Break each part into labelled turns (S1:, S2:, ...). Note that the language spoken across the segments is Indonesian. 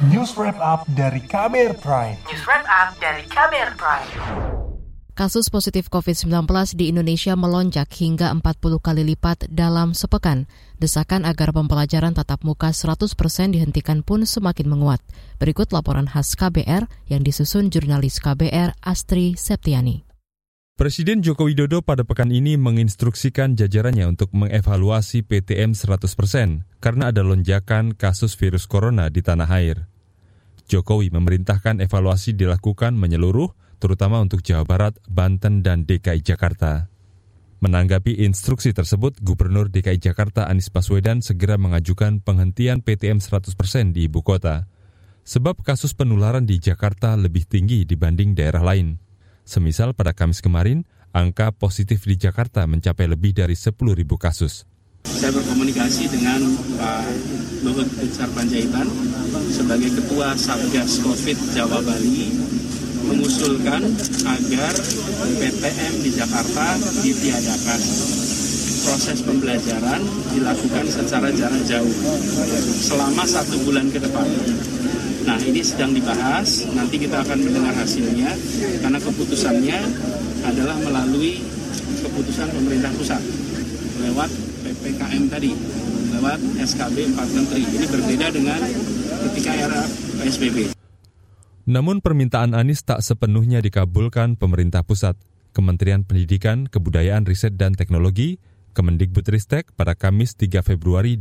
S1: News Wrap Up dari KBR Prime.
S2: Kasus positif COVID-19 di Indonesia melonjak hingga 40 kali lipat dalam sepekan. Desakan agar pembelajaran tatap muka 100% dihentikan pun semakin menguat. Berikut laporan khas KBR yang disusun jurnalis KBR Astri Septiani.
S3: Presiden Joko Widodo pada pekan ini menginstruksikan jajarannya untuk mengevaluasi PTM 100% karena ada lonjakan kasus virus corona di tanah air. Jokowi memerintahkan evaluasi dilakukan menyeluruh, terutama untuk Jawa Barat, Banten, dan DKI Jakarta. Menanggapi instruksi tersebut, Gubernur DKI Jakarta Anies Baswedan segera mengajukan penghentian PTM 100% di ibu kota. Sebab kasus penularan di Jakarta lebih tinggi dibanding daerah lain. Semisal pada Kamis kemarin, angka positif di Jakarta mencapai lebih dari 10.000 kasus.
S4: Saya berkomunikasi dengan Pak Luhut Binsar Panjaitan sebagai Ketua Satgas COVID Jawa Bali mengusulkan agar PTM di Jakarta ditiadakan. Proses pembelajaran dilakukan secara jarak jauh selama 1 bulan ke depan. Nah, ini sedang dibahas, nanti kita akan mendengar hasilnya, karena keputusannya adalah melalui keputusan pemerintah pusat, lewat PPKM tadi, lewat SKB 4 Menteri. Ini berbeda dengan ketika era PSBB.
S3: Namun permintaan Anies tak sepenuhnya dikabulkan pemerintah pusat. Kementerian Pendidikan, Kebudayaan, Riset, dan Teknologi, Kemendikbudristek pada Kamis 3 Februari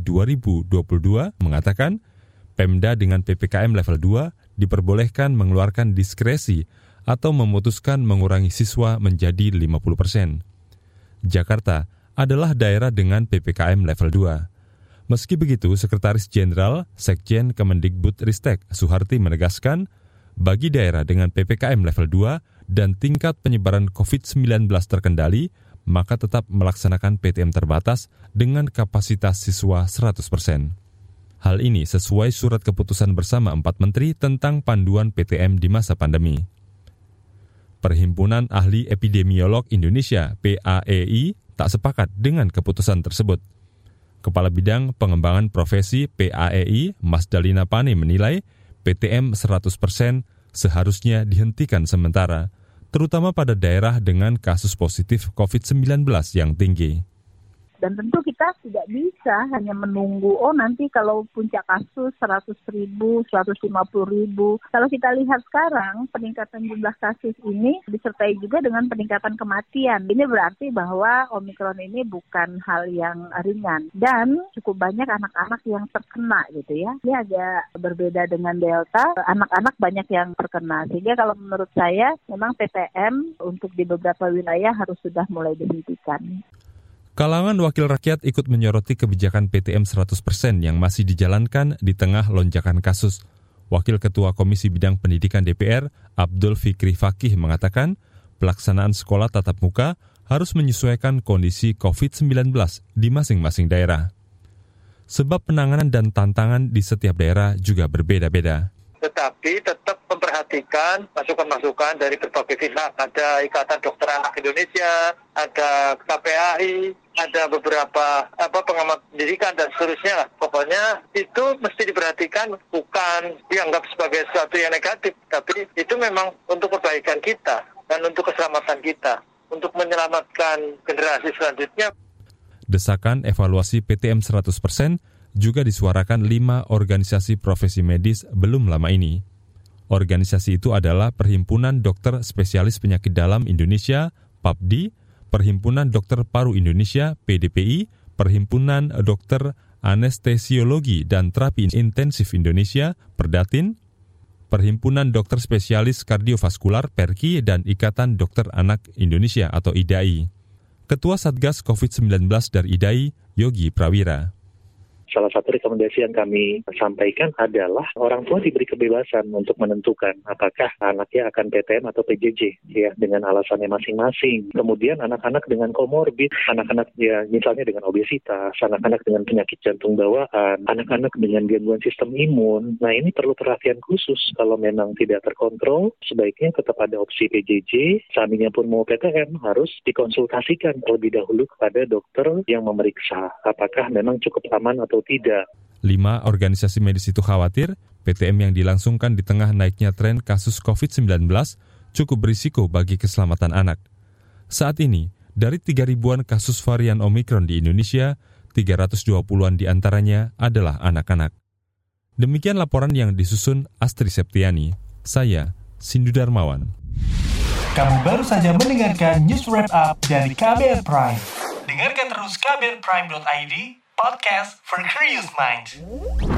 S3: 2022 mengatakan, Pemda dengan PPKM level 2 diperbolehkan mengeluarkan diskresi atau memutuskan mengurangi siswa menjadi 50%. Jakarta adalah daerah dengan PPKM level 2. Meski begitu, Sekretaris Jenderal Sekjen Kemendikbudristek Suharti menegaskan, bagi daerah dengan PPKM level 2 dan tingkat penyebaran COVID-19 terkendali, maka tetap melaksanakan PTM terbatas dengan kapasitas siswa 100%. Hal ini sesuai surat keputusan bersama 4 menteri tentang panduan PTM di masa pandemi. Perhimpunan Ahli Epidemiolog Indonesia (PAEI) tak sepakat dengan keputusan tersebut. Kepala Bidang Pengembangan Profesi PAEI, Mas Dalina Pane menilai PTM 100% seharusnya dihentikan sementara, terutama pada daerah dengan kasus positif COVID-19 yang tinggi.
S5: Dan tentu kita tidak bisa hanya menunggu, nanti kalau puncak kasus 100.000, 150.000. Kalau kita lihat sekarang, peningkatan jumlah kasus ini disertai juga dengan peningkatan kematian. Ini berarti bahwa Omikron ini bukan hal yang ringan. Dan cukup banyak anak-anak yang terkena gitu ya. Ini agak berbeda dengan Delta, anak-anak banyak yang terkena. Sehingga kalau menurut saya, memang PTM untuk di beberapa wilayah harus sudah mulai dihentikan.
S3: Kalangan wakil rakyat ikut menyoroti kebijakan PTM 100% yang masih dijalankan di tengah lonjakan kasus. Wakil Ketua Komisi Bidang Pendidikan DPR, Abdul Fikri Fakih mengatakan, pelaksanaan sekolah tatap muka harus menyesuaikan kondisi COVID-19 di masing-masing daerah. Sebab penanganan dan tantangan di setiap daerah juga berbeda-beda.
S6: Tetapi tetap memperhatikan masukan-masukan dari berbagai pihak. Ada Ikatan Dokter Anak Indonesia, ada KPAI, ada beberapa pengamat pendidikan dan seterusnya. Pokoknya itu mesti diperhatikan, bukan dianggap sebagai sesuatu yang negatif, tapi itu memang untuk kebaikan kita dan untuk keselamatan kita, untuk menyelamatkan generasi selanjutnya.
S3: Desakan evaluasi PTM 100% juga disuarakan 5 organisasi profesi medis belum lama ini. Organisasi itu adalah Perhimpunan Dokter Spesialis Penyakit Dalam Indonesia, PAPDI, Perhimpunan Dokter Paru Indonesia, PDPI, Perhimpunan Dokter Anestesiologi dan Terapi Intensif Indonesia, Perdatin, Perhimpunan Dokter Spesialis Kardiovaskular, PERKI, dan Ikatan Dokter Anak Indonesia atau IDAI. Ketua Satgas COVID-19 dari IDAI, Yogi Prawira.
S7: Salah satu rekomendasi yang kami sampaikan adalah orang tua diberi kebebasan untuk menentukan apakah anaknya akan PTM atau PJJ ya dengan alasannya masing-masing. Kemudian anak-anak dengan komorbid, anak-anak ya misalnya dengan obesitas, anak-anak dengan penyakit jantung bawaan, anak-anak dengan gangguan sistem imun. Nah, ini perlu perhatian khusus. Kalau memang tidak terkontrol, sebaiknya tetap ada opsi PJJ. Seandainya pun mau PTM harus dikonsultasikan terlebih dahulu kepada dokter yang memeriksa apakah memang cukup aman atau atau tidak.
S3: 5 organisasi medis itu khawatir PTM yang dilangsungkan di tengah naiknya tren kasus COVID-19 cukup berisiko bagi keselamatan anak. Saat ini, dari 3.000-an kasus varian Omikron di Indonesia, 320-an diantaranya adalah anak-anak. Demikian laporan yang disusun Astri Septiani. Saya, Sindu Darmawan.
S1: Kamu baru saja mendengarkan News Wrap Up dari KBR Prime. Dengarkan terus kbrprime.id, podcast for curious minds.